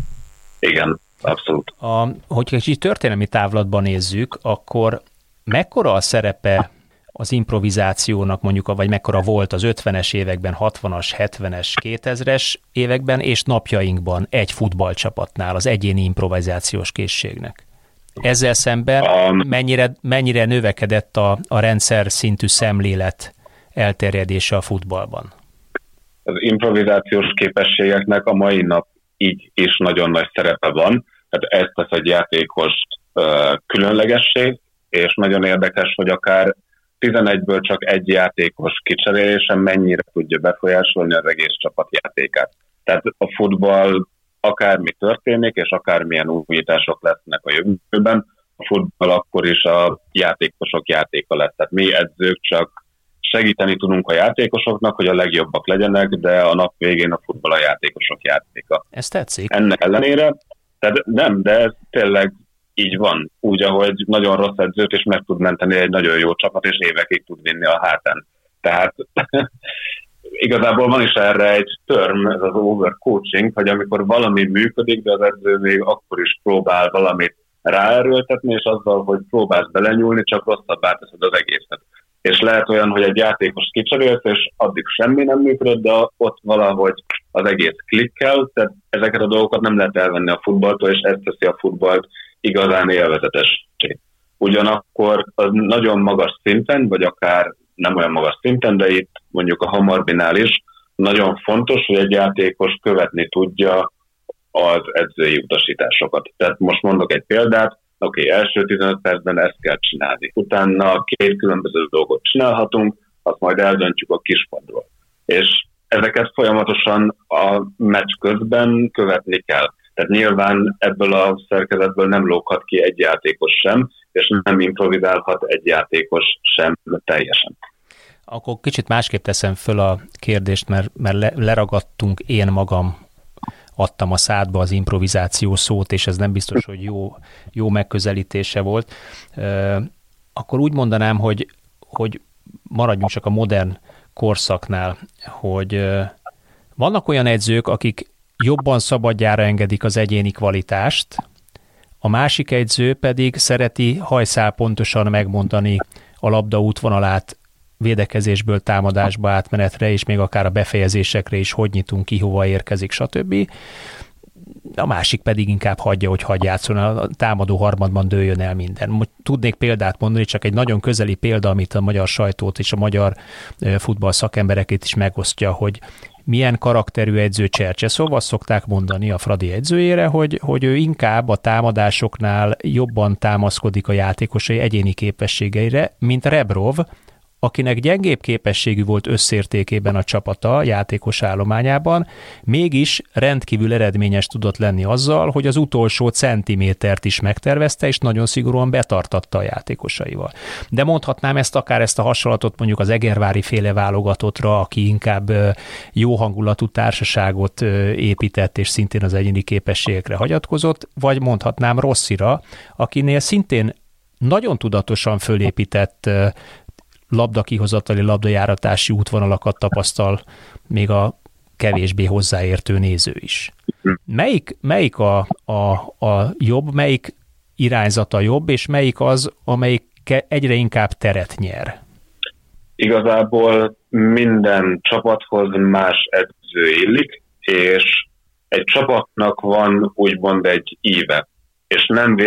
Igen, abszolút. Hogyha kicsit történelmi távlatban nézzük, akkor mekkora a szerepe az improvizációnak mondjuk, vagy mekkora volt az 50-es években, 60-as, 70-es, 2000-es években, és napjainkban egy futballcsapatnál az egyéni improvizációs készségnek? Ezzel szemben mennyire növekedett a rendszer szintű szemlélet elterjedése a futballban? Az improvizációs képességeknek a mai nap így is nagyon nagy szerepe van, tehát ez tesz egy játékost különlegessé, és nagyon érdekes, hogy akár 11-ből csak egy játékos kicserélése mennyire tudja befolyásolni az egész csapat játékát. Tehát a futball akármi történik, és akármilyen újítások lesznek a jövőben, a futball akkor is a játékosok játéka lesz. Tehát mi edzők csak segíteni tudunk a játékosoknak, hogy a legjobbak legyenek, de a nap végén a futball a játékosok játéka. Ez tetszik. Ennek ellenére, tehát nem, de ez tényleg így van. Úgy, ahogy nagyon rossz edzőt is meg tud menteni egy nagyon jó csapat, és évekig tud vinni a hátán. Tehát igazából van is erre egy term, ez az overcoaching, hogy amikor valami működik, de az edző még akkor is próbál valamit ráerőltetni, és azzal, hogy próbálsz belenyúlni, csak rosszabbá teszed az egészet. És lehet olyan, hogy egy játékos kicserélsz, és addig semmi nem működött, de ott valahogy az egész klikkel, tehát ezeket a dolgokat nem lehet elvenni a futballtól, és ez teszi a futballt igazán élvezetessé. Ugyanakkor az nagyon magas szinten, vagy akár nem olyan magas szinten, de itt mondjuk a Hamarbinál is nagyon fontos, hogy egy játékos követni tudja az edzői utasításokat. Tehát most mondok egy példát, első 15 percben ezt kell csinálni. Utána 2 különböző dolgot csinálhatunk, azt majd eldöntjük a kispadról. És ezeket folyamatosan a meccs közben követni kell. Tehát nyilván ebből a szerkezetből nem lóghat ki egy játékos sem, és nem improvizálhat egy játékos sem teljesen. Akkor kicsit másképp teszem föl a kérdést, mert leragadtunk, én magam adtam a szádba az improvizáció szót, és ez nem biztos, hogy jó megközelítése volt. Akkor úgy mondanám, hogy maradjunk csak a modern korszaknál, hogy vannak olyan edzők, akik jobban szabadjára engedik az egyéni kvalitást, a másik edző pedig szereti hajszálpontosan megmondani a labda útvonalát védekezésből támadásba átmenetre, és még akár a befejezésekre is, hogy nyitunk ki, hova érkezik, stb. A másik pedig inkább hagyja, hogy hagy játszon, a támadó harmadban dőljön el minden. Tudnék példát mondani, csak egy nagyon közeli példa, amit a magyar sajtót és a magyar futball szakembereket is megosztja, hogy milyen karakterű edző Csercseszov, azt szokták mondani a Fradi edzőjére, hogy ő inkább a támadásoknál jobban támaszkodik a játékosai egyéni képességeire, mint Rebrov, akinek gyengébb képességű volt összértékében a csapata játékos állományában, mégis rendkívül eredményes tudott lenni azzal, hogy az utolsó centimétert is megtervezte, és nagyon szigorúan betartatta a játékosaival. De mondhatnám ezt a hasonlatot mondjuk az egervári féle válogatottra, aki inkább jó hangulatú társaságot épített, és szintén az egyéni képességekre hagyatkozott, vagy mondhatnám Rossira, akinél szintén nagyon tudatosan fölépített labdakihozatali, labdajáratási útvonalakat tapasztal még a kevésbé hozzáértő néző is. Melyik a jobb, melyik irányzata jobb, és melyik az, amelyik egyre inkább teret nyer? Igazából minden csapathoz más edző illik, és egy csapatnak van úgymond egy íve, és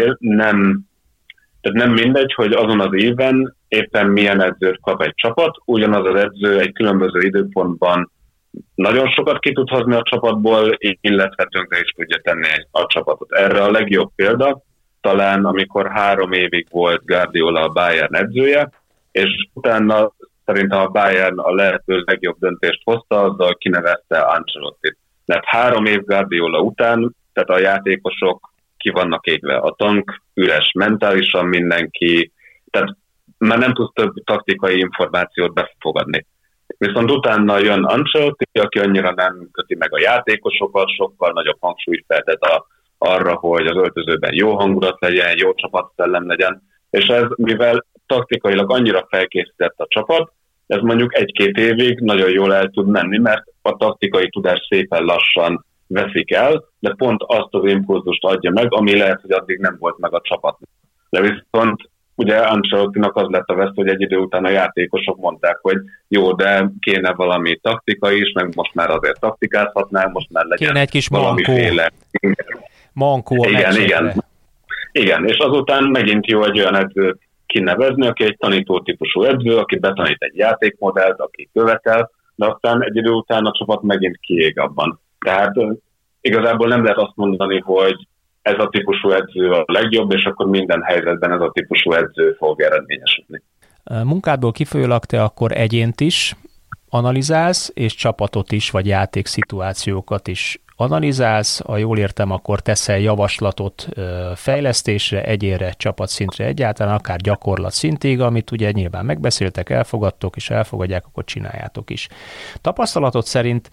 nem mindegy, hogy azon az éven éppen milyen edzőt kap egy csapat, ugyanaz az edző egy különböző időpontban nagyon sokat ki tud hozni a csapatból, illetve tönkre is tudja tenni a csapatot. Erre a legjobb példa talán, amikor 3 évig volt Guardiola a Bayern edzője, és utána szerintem a Bayern a lehető legjobb döntést hozta, azzal kinevezte Ancelottit. Mert 3 év Guardiola után, tehát a játékosok ki vannak égve. A tank üres, mentálisan mindenki, tehát már nem tudsz több taktikai információt befogadni. Viszont utána jön Ancelotti, aki annyira nem köti meg a játékosokat, sokkal nagyobb hangsúlyt feltet arra, hogy az öltözőben jó hangulat legyen, jó csapatszellem legyen, és ez, mivel taktikailag annyira felkészített a csapat, ez mondjuk 1-2 évig nagyon jól el tud menni, mert a taktikai tudás szépen lassan veszik el, de pont azt az impulzust adja meg, ami lehet, hogy addig nem volt meg a csapatnak. De viszont ugye Ancelottinak az lett a veszte, hogy egy idő után a játékosok mondták, hogy jó, de kéne valami taktika is, meg most már azért taktikázhatnánk, most már legyen kéne egy kis valamiféle... mankó a Igen, és azután megint jó egy olyan edzőt kinevezni, aki egy tanító típusú edző, aki betanít egy játékmodellt, aki követel, de aztán egy idő után a csapat megint kiég abban. Tehát igazából nem lehet azt mondani, hogy ez a típusú edző a legjobb, és akkor minden helyzetben ez a típusú edző fog eredményesülni. Munkádból kifolyólag te akkor egyént is analizálsz, és csapatot is, vagy játékszituációkat is analizálsz, ha jól értem, akkor teszel javaslatot fejlesztésre, egyénre, csapatszintre egyáltalán, akár gyakorlat szintig, amit ugye nyilván megbeszéltek, elfogadtok, és elfogadják, akkor csináljátok is. Tapasztalatod szerint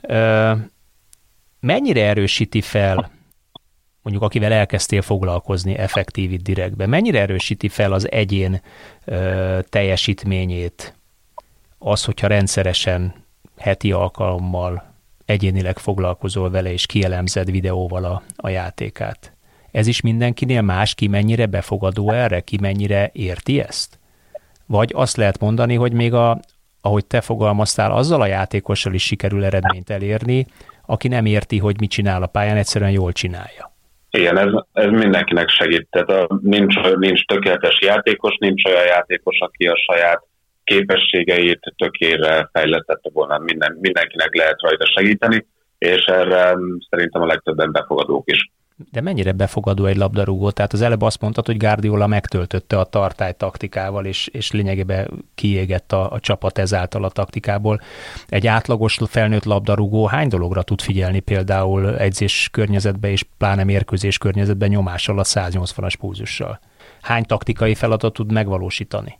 mennyire erősíti fel, mondjuk akivel elkezdtél foglalkozni effektív itt direktben, mennyire erősíti fel az egyén teljesítményét az, hogyha rendszeresen, heti alkalommal egyénileg foglalkozol vele, és kielemzed videóval a játékát? Ez is mindenkinél más, ki mennyire befogadó erre, ki mennyire érti ezt? Vagy azt lehet mondani, hogy még ahogy te fogalmaztál, azzal a játékossal is sikerül eredményt elérni, aki nem érti, hogy mit csinál a pályán, egyszerűen jól csinálja. Igen, ez mindenkinek segít. Tehát nincs tökéletes játékos, nincs olyan játékos, aki a saját képességeit tökére fejlesztette volna. Mindenkinek lehet rajta segíteni, és erre szerintem a legtöbben befogadók is. De mennyire befogadó egy labdarúgó? Tehát az előbb azt mondtad, hogy Guardiola megtöltötte a tartály taktikával, és lényegében kiégett a csapat ezáltal a taktikából. Egy átlagos felnőtt labdarúgó hány dologra tud figyelni például edzés környezetben és pláne mérkőzés környezetben nyomással a 180-as pulzussal? Hány taktikai feladatot tud megvalósítani?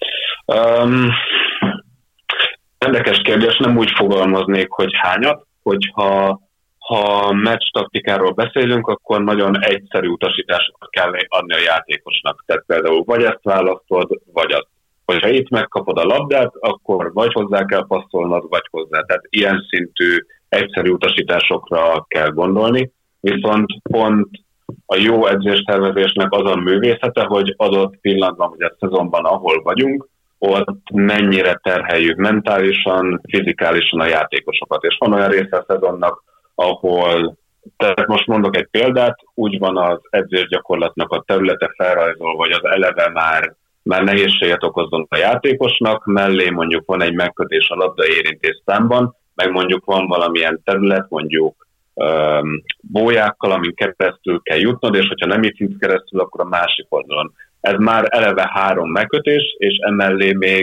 Érdekes kérdés, nem úgy fogalmaznék, hogy hányat, hogyha meccs taktikáról beszélünk, akkor nagyon egyszerű utasításokat kell adni a játékosnak. Tehát például vagy ezt választod, vagy azt. Hogyha itt megkapod a labdát, akkor vagy hozzá kell passzolnod, vagy hozzá. Tehát ilyen szintű egyszerű utasításokra kell gondolni. Viszont pont a jó edzéstervezésnek az a művészete, hogy adott pillanatban, vagy a szezonban, ahol vagyunk, ott mennyire terheljük mentálisan, fizikálisan a játékosokat. És van olyan része a szezonnak, ahol, tehát most mondok egy példát, úgy van az edzésgyakorlatnak a területe felrajzolva, vagy az eleve már nehézséget okozzon a játékosnak, mellé mondjuk van egy megkötés a labda érintés számban, meg mondjuk van valamilyen terület, mondjuk bójákkal, amin keresztül kell jutnod, és hogyha nem itt keresztül, akkor a másik oldalon. Ez már eleve 3 megkötés, és emellé még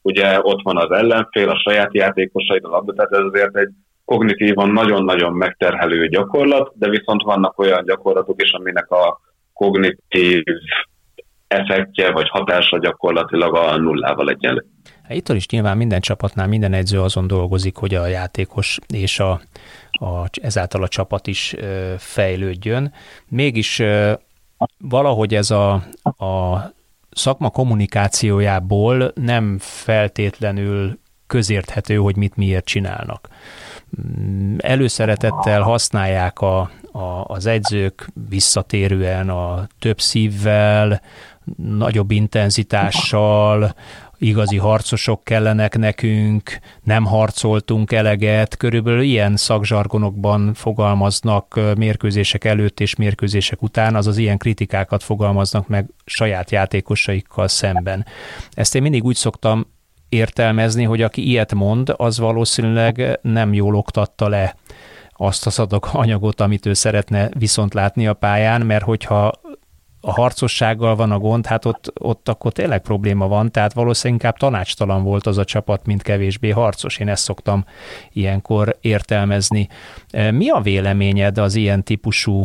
ugye ott van az ellenfél, a saját játékosaid, a labda, tehát ez azért egy kognitívan nagyon-nagyon megterhelő gyakorlat, de viszont vannak olyan gyakorlatok is, aminek a kognitív effektje vagy hatása gyakorlatilag a nullával egyenlő. Itt is nyilván minden csapatnál minden edző azon dolgozik, hogy a játékos és ezáltal a csapat is fejlődjön. Mégis valahogy ez a szakma kommunikációjából nem feltétlenül közérthető, hogy mit miért csinálnak. Előszeretettel használják az edzők visszatérően a több szívvel, nagyobb intenzitással, igazi harcosok kellenek nekünk, nem harcoltunk eleget, körülbelül ilyen szakzsargonokban fogalmaznak mérkőzések előtt és mérkőzések után, azaz ilyen kritikákat fogalmaznak meg saját játékosaikkal szemben. Ezt én mindig úgy szoktam értelmezni, hogy aki ilyet mond, az valószínűleg nem jól oktatta le azt az anyagot, amit ő szeretne viszont látni a pályán, mert hogyha a harcossággal van a gond, hát ott akkor tényleg probléma van, tehát valószínűleg inkább tanácstalan volt az a csapat, mint kevésbé harcos. Én ezt szoktam ilyenkor értelmezni. Mi a véleményed az ilyen típusú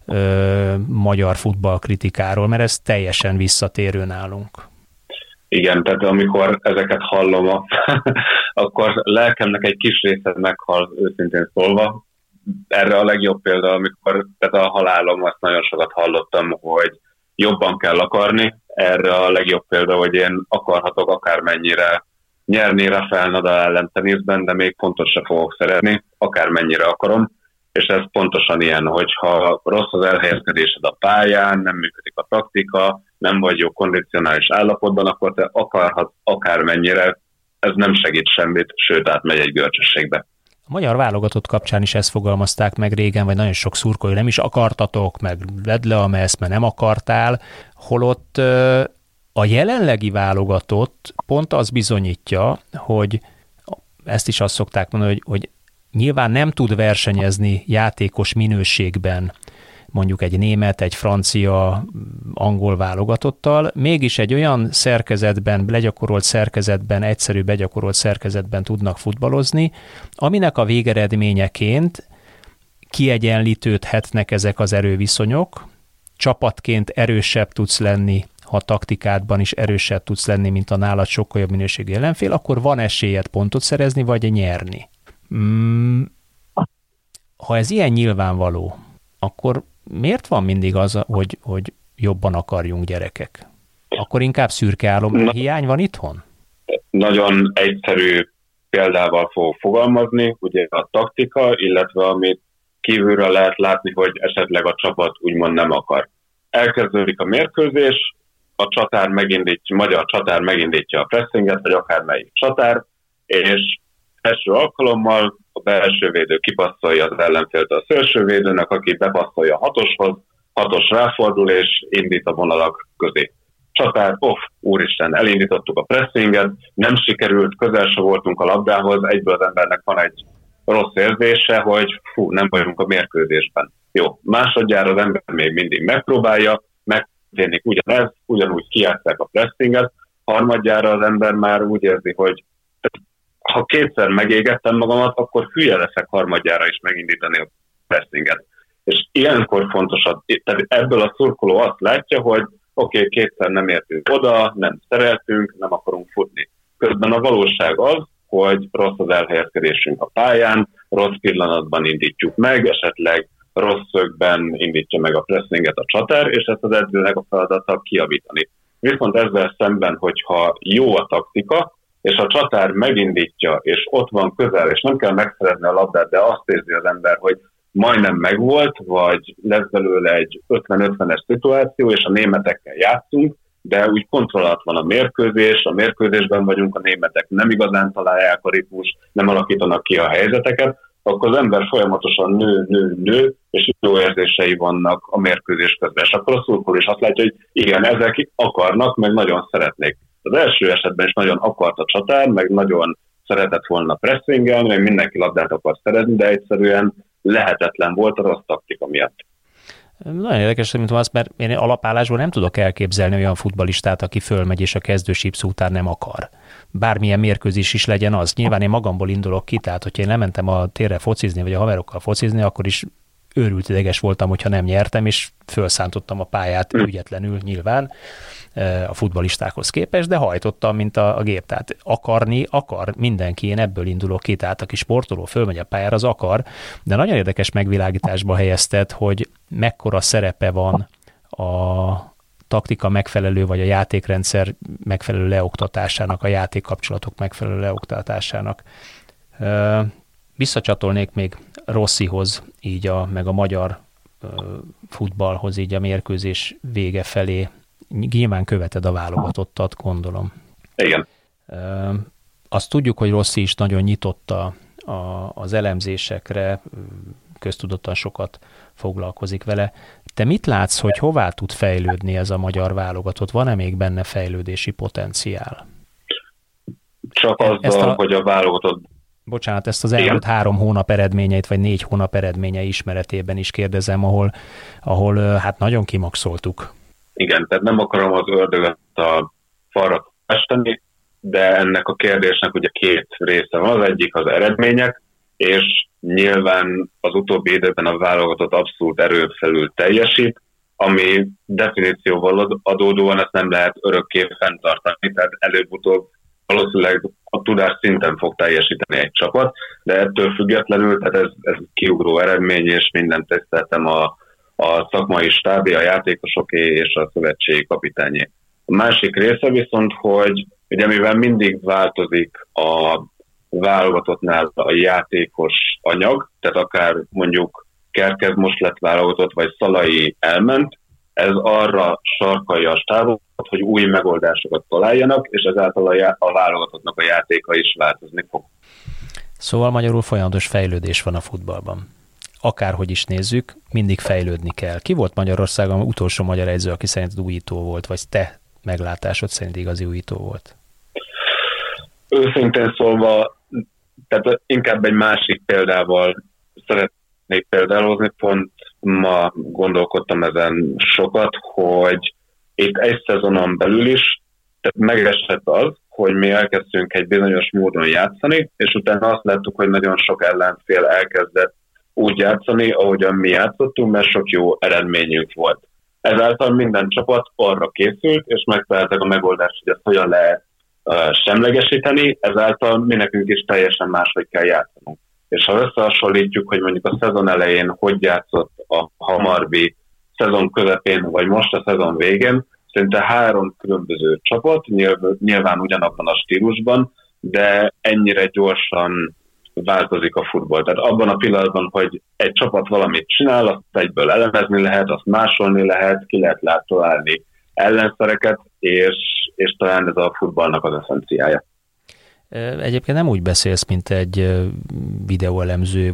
magyar futballkritikáról, mert ez teljesen visszatérő nálunk? Igen, tehát amikor ezeket hallom, akkor lelkemnek egy kis része meghal, őszintén szólva. Erre a legjobb példa, amikor tehát a halálom, azt nagyon sokat hallottam, hogy jobban kell akarni. Erre a legjobb példa, hogy én akarhatok akármennyire nyerni Rafael Nadal ellen teniszben, de még pontot se fogok szeretni, akármennyire akarom. És ez pontosan ilyen, hogyha rossz az elhelyezkedésed a pályán, nem működik a taktika, nem vagy jó kondicionális állapotban, akkor te akarhatsz akármennyire, ez nem segít semmit, sőt átmegy egy görcsösségbe. A magyar válogatott kapcsán is ezt fogalmazták meg régen, vagy nagyon sok szurkoló, nem is akartatok, meg vedd le a meszt, mert nem akartál, holott a jelenlegi válogatott pont az bizonyítja, hogy ezt is azt szokták mondani, hogy nyilván nem tud versenyezni játékos minőségben mondjuk egy német, egy francia, angol válogatottal, mégis egy olyan szerkezetben, legyakorolt szerkezetben, egyszerű begyakorolt szerkezetben tudnak futballozni, aminek a végeredményeként kiegyenlítődhetnek ezek az erőviszonyok, csapatként erősebb tudsz lenni, ha taktikádban is erősebb tudsz lenni, mint a nálad sokkal jobb minőségű ellenfél, akkor van esélyed pontot szerezni, vagy nyerni. Ha ez ilyen nyilvánvaló, akkor miért van mindig az, hogy jobban akarjunk, gyerekek? Akkor inkább szürke álom hiány van itthon? Nagyon egyszerű példával fogok fogalmazni, ugye a taktika, illetve amit kívülről lehet látni, hogy esetleg a csapat úgymond nem akar. Elkezdődik a mérkőzés, magyar csatár megindítja a pressinget, vagy akármelyik csatár, és első alkalommal a belső védő kipasszolja az ellenfélt a szélső védőnek, aki bepasszolja a hatoshoz, hatos ráfordul és indít a vonalak közé. Csatár, úristen, elindítottuk a pressinget, nem sikerült, közel se voltunk a labdához, egyből az embernek van egy rossz érzése, hogy nem vagyunk a mérkőzésben. Jó, másodjára az ember még mindig megpróbálja, megtérnik ugyanez, ugyanúgy kijátsszák a pressinget, harmadjára az ember már úgy érzi, hogy ha kétszer megégettem magamat, akkor hülye leszek harmadjára is megindítani a pressinget. És ilyenkor fontos, tehát ebből a szurkoló azt látja, hogy oké, kétszer nem értünk oda, nem szereltünk, nem akarunk futni. Közben a valóság az, hogy rossz az elhelyezkedésünk a pályán, rossz pillanatban indítjuk meg, esetleg rossz szögben indítja meg a pressinget a csatár, és ezt az edzőnek a feladata kijavítani. Viszont ezzel szemben, hogyha jó a taktika, és a csatár megindítja, és ott van közel, és nem kell megszerezni a labdát, de azt érzi az ember, hogy majdnem megvolt, vagy lesz belőle egy 50-50-es szituáció, és a németekkel játszunk, de úgy kontroll alatt van a mérkőzésben vagyunk, a németek nem igazán találják a ritmus, nem alakítanak ki a helyzeteket, akkor az ember folyamatosan nő, és jó érzései vannak a mérkőzés közben. És akkor a szurkoló is azt látja, hogy igen, ezek akarnak, meg nagyon szeretnék. Az első esetben is nagyon akart a csatár, meg nagyon szeretett volna pressingelni, meg mindenki labdát akart szerezni, de egyszerűen lehetetlen volt a rossz taktika miatt. Nagyon érdekes, mint azt, mert én alapállásból nem tudok elképzelni olyan futballistát, aki fölmegy és a kezdősípszó után nem akar. bármilyen mérkőzés is legyen az. Nyilván én magamból indulok ki, tehát hogyha én lementem a térre focizni, vagy a haverokkal focizni, akkor is őrült ideges voltam, hogyha nem nyertem, és felszántottam a pályát ügyetlenül nyilván a futballistákhoz képest, de hajtottam, mint a gép. Tehát akar mindenki, én ebből indulok ki, tehát aki sportoló fölmegy a pályára, az akar, de nagyon érdekes megvilágításba helyezted, hogy mekkora szerepe van a taktika megfelelő, vagy a játékrendszer megfelelő leoktatásának, a játékkapcsolatok megfelelő leoktatásának. Visszacsatolnék még Rossihoz, így meg a magyar futballhoz, így a mérkőzés vége felé. Nyilván követed a válogatottat, gondolom. Igen. Azt tudjuk, hogy Rossi is nagyon nyitotta az elemzésekre, köztudottan sokat foglalkozik vele. Te mit látsz, hogy hová tud fejlődni ez a magyar válogatott? Van-e még benne fejlődési potenciál? Csak azzal, hogy a válogatott... Bocsánat, ezt az elmúlt 3 hónap eredményeit, vagy 4 hónap eredménye ismeretében is kérdezem, ahol hát nagyon kimaxoltuk. Igen, tehát nem akarom az ördögöt a falra festeni, de ennek a kérdésnek ugye 2 része van. Az egyik az eredmények, és nyilván az utóbbi időben a válogatott abszolút erőn felül teljesít, ami definícióval adódóan ezt nem lehet örökké fenntartani, tehát előbb-utóbb valószínűleg a tudás szinten fog teljesíteni egy csapat, de ettől függetlenül, tehát ez kiugró eredmény, és mindent tiszteltem a szakmai stábé, a játékosoké és a szövetségi kapitányé. A másik része viszont, hogy ugye mivel mindig változik a válogatottnál a játékos anyag, tehát akár mondjuk Kerkez most lett válogatott, vagy Szalai elment, ez arra sarkalja a stábot, hogy új megoldásokat találjanak, és ezáltal a válogatottnak a játéka is változni fog. Szóval magyarul folyamatos fejlődés van a futballban. Akárhogy is nézzük, mindig fejlődni kell. Ki volt Magyarországon utolsó magyar edző, aki szerinted újító volt, vagy te meglátásod szerint igazi újító volt? Őszintén szólva, tehát inkább egy másik példával szeretnék példálozni, pont ma gondolkodtam ezen sokat, hogy itt egy szezonon belül is megesett az, hogy mi elkezdtünk egy bizonyos módon játszani, és utána azt láttuk, hogy nagyon sok ellenfél elkezdett úgy játszani, ahogyan mi játszottunk, mert sok jó eredményünk volt. Ezáltal minden csapat arra készült, és megtalálták a megoldást, hogy ezt hogyan lehet semlegesíteni, ezáltal mi nekünk is teljesen máshogy kell játszanunk. És ha összehasonlítjuk, hogy mondjuk a szezon elején hogy játszott a Hamarby, szezon közepén, vagy most a szezon végén, szinte 3 különböző csapat, nyilván ugyanabban a stílusban, de ennyire gyorsan változik a futball. Tehát abban a pillanatban, hogy egy csapat valamit csinál, azt egyből elemezni lehet, azt másolni lehet, ki lehet találni ellenszereket, és talán ez a futballnak az eszenciája. Egyébként nem úgy beszélsz, mint egy videóelemző,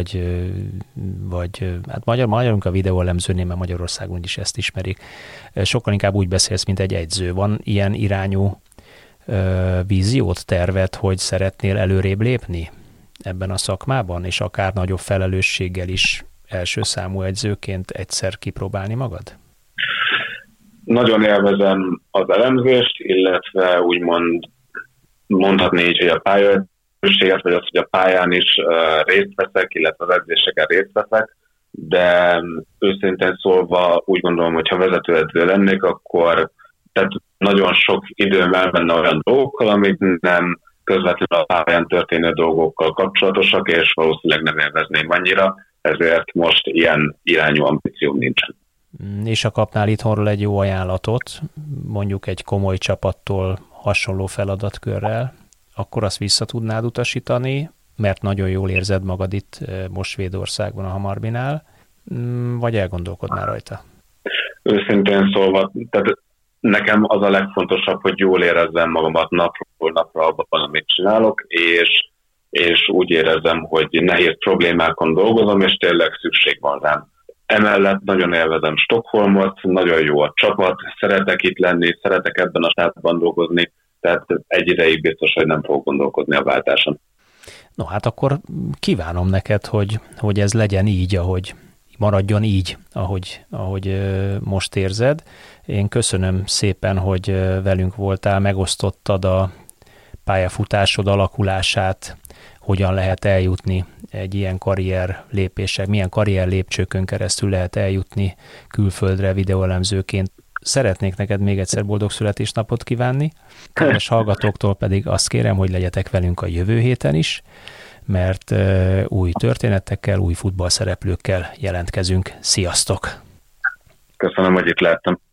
vagy hát magyarunk a videóelemzőnél, mert Magyarországon is ezt ismerik. Sokkal inkább úgy beszélsz, mint egy edző. Van ilyen irányú víziót, tervet, hogy szeretnél előrébb lépni ebben a szakmában, és akár nagyobb felelősséggel is első számú edzőként egyszer kipróbálni magad? Nagyon élvezem az elemzést, illetve úgymond mondhatni így, hogy a pályaedzőséget, vagy az, hogy a pályán is részt veszek, illetve az edzéseken részt veszek, de őszintén szólva úgy gondolom, hogy ha vezetőedző lennék, akkor tehát nagyon sok időm elmenne olyan dolgokkal, amik nem közvetlenül a pályán történő dolgokkal kapcsolatosak, és valószínűleg nem élvezném annyira, ezért most ilyen irányú ambícióm nincsen. És ha kapnál itthonról egy jó ajánlatot, mondjuk egy komoly csapattól hasonló feladatkörrel, akkor azt vissza tudnád utasítani, mert nagyon jól érzed magad itt most Svédországban a Hamarbynál, vagy elgondolkodnál rajta? Őszintén szólva, tehát nekem az a legfontosabb, hogy jól érezzem magamat napról napra abban, amit csinálok, és úgy érezzem, hogy nehéz problémákon dolgozom, és tényleg szükség van rám. Emellett nagyon élvezem Stockholmot, nagyon jó a csapat, szeretek itt lenni, szeretek ebben a stábban dolgozni, tehát egy ideig biztos, hogy nem fogok gondolkodni a váltáson. No hát akkor kívánom neked, hogy ez legyen így, ahogy maradjon így, ahogy most érzed. Én köszönöm szépen, hogy velünk voltál, megosztottad a pályafutásod alakulását, hogyan lehet eljutni egy ilyen karrier lépéssel, milyen karrier lépcsőkön keresztül lehet eljutni külföldre videóelemzőként. Szeretnék neked még egyszer boldog születésnapot kívánni, kedves hallgatóktól pedig azt kérem, hogy legyetek velünk a jövő héten is, mert új történetekkel, új futballszereplőkkel jelentkezünk. Sziasztok! Köszönöm, hogy itt lehettem.